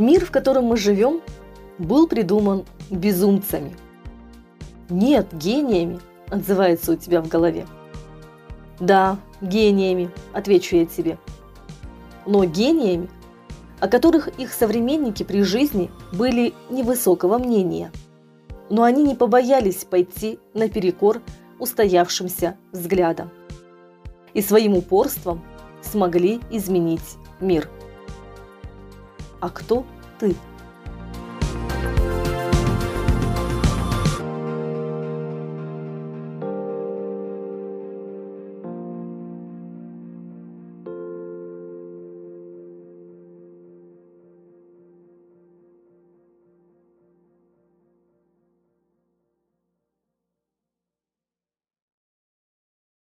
Мир, в котором мы живем, был придуман безумцами. Нет, гениями, отзывается у тебя в голове. Да, гениями, отвечу я тебе. Но гениями, о которых их современники при жизни были невысокого мнения. Но они не побоялись пойти наперекор устоявшимся взглядам и своим упорством смогли изменить мир. А кто ты?